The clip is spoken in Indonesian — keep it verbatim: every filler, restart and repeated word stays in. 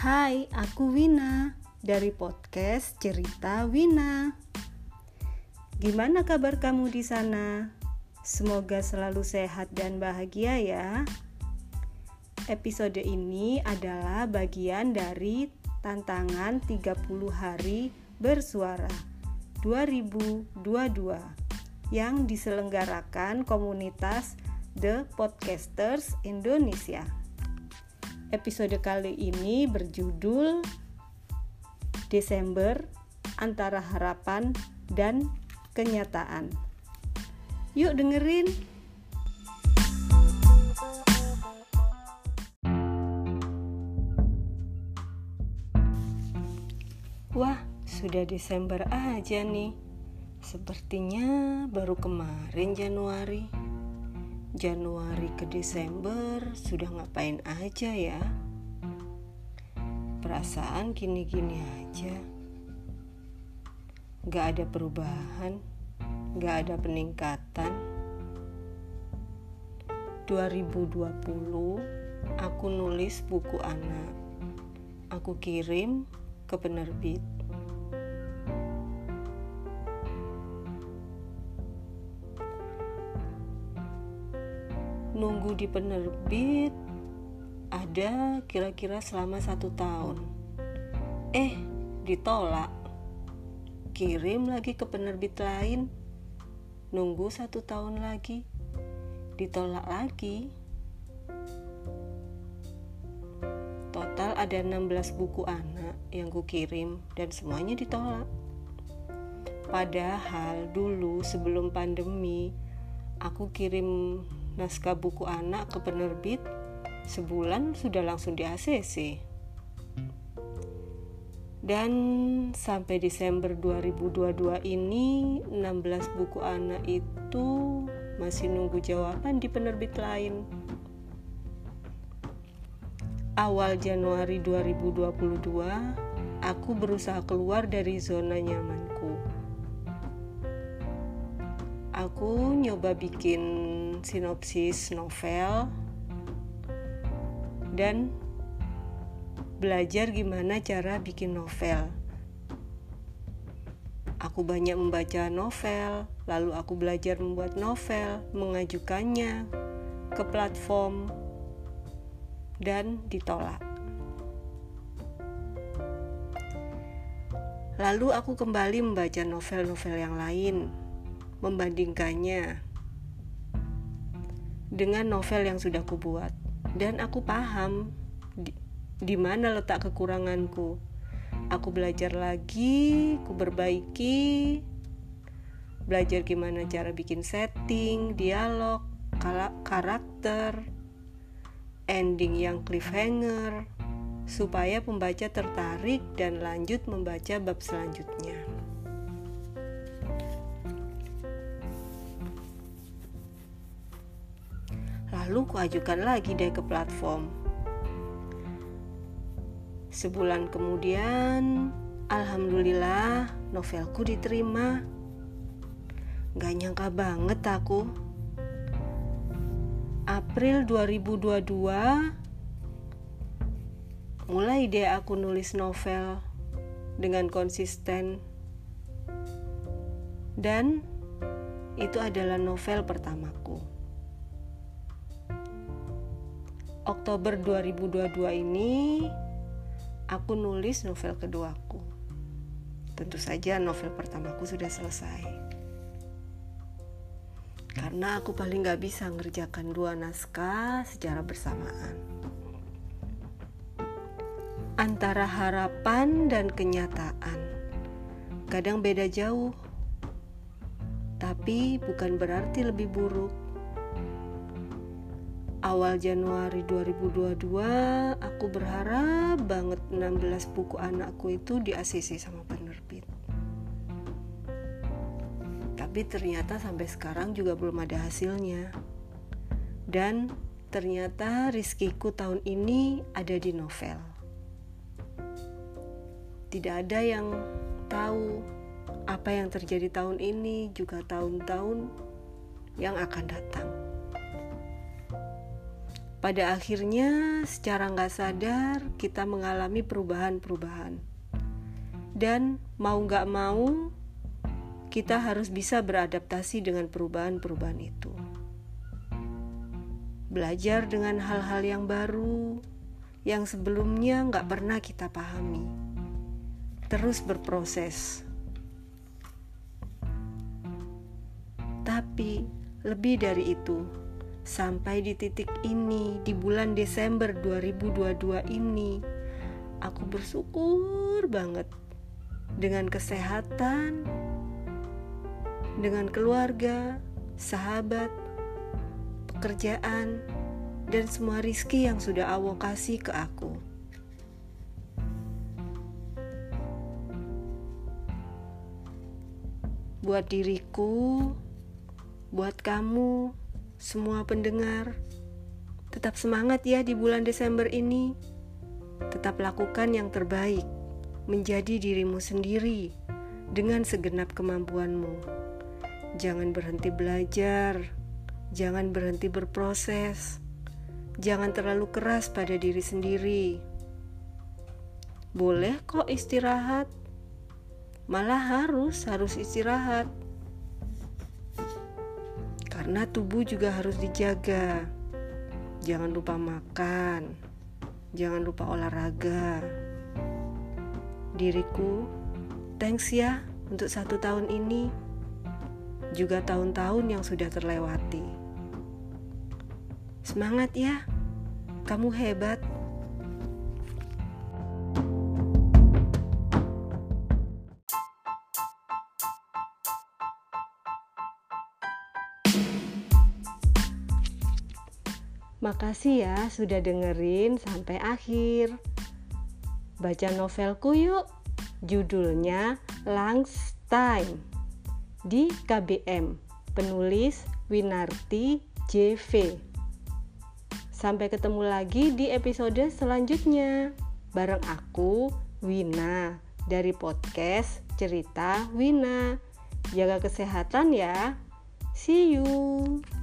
Hai, aku Wina dari podcast Cerita Wina. Gimana kabar kamu di sana? Semoga selalu sehat dan bahagia ya. Episode ini adalah bagian dari tantangan tiga puluh hari bersuara dua ribu dua puluh dua yang diselenggarakan komunitas The Podcasters Indonesia. Episode kali ini berjudul Desember Antara Harapan dan Kenyataan. Yuk dengerin. Wah, sudah Desember aja nih. Sepertinya baru kemarin Januari. Januari ke Desember sudah ngapain aja ya? Perasaan gini-gini aja. Gak ada perubahan, gak ada peningkatan. dua ribu dua puluh aku nulis buku anak. Aku kirim ke penerbit. Nunggu di penerbit ada kira-kira selama satu tahun. Eh, ditolak. Kirim lagi ke penerbit lain. Nunggu satu tahun lagi. Ditolak lagi. Total ada enam belas buku anak yang kukirim dan semuanya ditolak. Padahal dulu sebelum pandemi aku kirim naskah buku anak ke penerbit, sebulan sudah langsung di A C C. Dan sampai Desember dua ribu dua puluh dua ini enam belas buku anak itu masih nunggu jawaban di penerbit lain. Awal Januari dua ribu dua puluh dua, aku berusaha keluar dari zona nyamanku. Aku nyoba bikin sinopsis novel dan belajar gimana cara bikin novel. Aku banyak membaca novel, lalu aku belajar membuat novel, mengajukannya ke platform dan ditolak. Lalu aku kembali membaca novel-novel yang lain, membandingkannya dengan novel yang sudah kubuat, dan aku paham di, di mana letak kekuranganku. Aku belajar lagi, ku perbaiki, belajar gimana cara bikin setting, dialog, karakter, ending yang cliffhanger, supaya pembaca tertarik dan lanjut membaca bab selanjutnya. Lalu kuajukan lagi deh ke platform. Sebulan kemudian, alhamdulillah novelku diterima. Gak nyangka banget aku. April dua ribu dua puluh dua, mulai deh aku nulis novel dengan konsisten. Dan itu adalah novel pertamaku. Oktober dua ribu dua puluh dua ini aku nulis novel keduaku. Tentu saja novel pertamaku sudah selesai. Karena aku paling gak bisa ngerjakan dua naskah secara bersamaan. Antara harapan dan kenyataan kadang beda jauh, tapi bukan berarti lebih buruk. Awal Januari dua ribu dua puluh dua, aku berharap banget enam belas buku anakku itu di A C C sama penerbit. Tapi ternyata sampai sekarang juga belum ada hasilnya. Dan ternyata rizkiku tahun ini ada di novel. Tidak ada yang tahu apa yang terjadi tahun ini, juga tahun-tahun yang akan datang. pada akhirnya secara nggak sadar kita mengalami perubahan-perubahan. Dan mau nggak mau, kita harus bisa beradaptasi dengan perubahan-perubahan itu. Belajar dengan hal-hal yang baru, yang sebelumnya nggak pernah kita pahami. Terus berproses. Tapi lebih dari itu, sampai di titik ini, di bulan Desember dua ribu dua puluh dua ini, aku bersyukur banget dengan kesehatan, dengan keluarga, sahabat, pekerjaan, dan semua rizki yang sudah Allah kasih ke aku. Buat diriku, buat kamu, semua pendengar, tetap semangat ya di bulan Desember ini. Tetap lakukan yang terbaik, menjadi dirimu sendiri dengan segenap kemampuanmu. Jangan berhenti belajar, jangan berhenti berproses, jangan terlalu keras pada diri sendiri. Boleh kok istirahat, malah harus harus istirahat. Karena tubuh juga harus dijaga. Jangan lupa makan, jangan lupa olahraga. Diriku, thanks ya untuk satu tahun ini, juga tahun-tahun yang sudah terlewati. Semangat ya, kamu hebat. Makasih ya sudah dengerin sampai akhir. Baca novelku yuk. Judulnya Lunchtime di K B M. Penulis Winarti J V. Sampai ketemu lagi di episode selanjutnya. Bareng aku, Wina, dari podcast Cerita Wina. Jaga kesehatan ya. See you.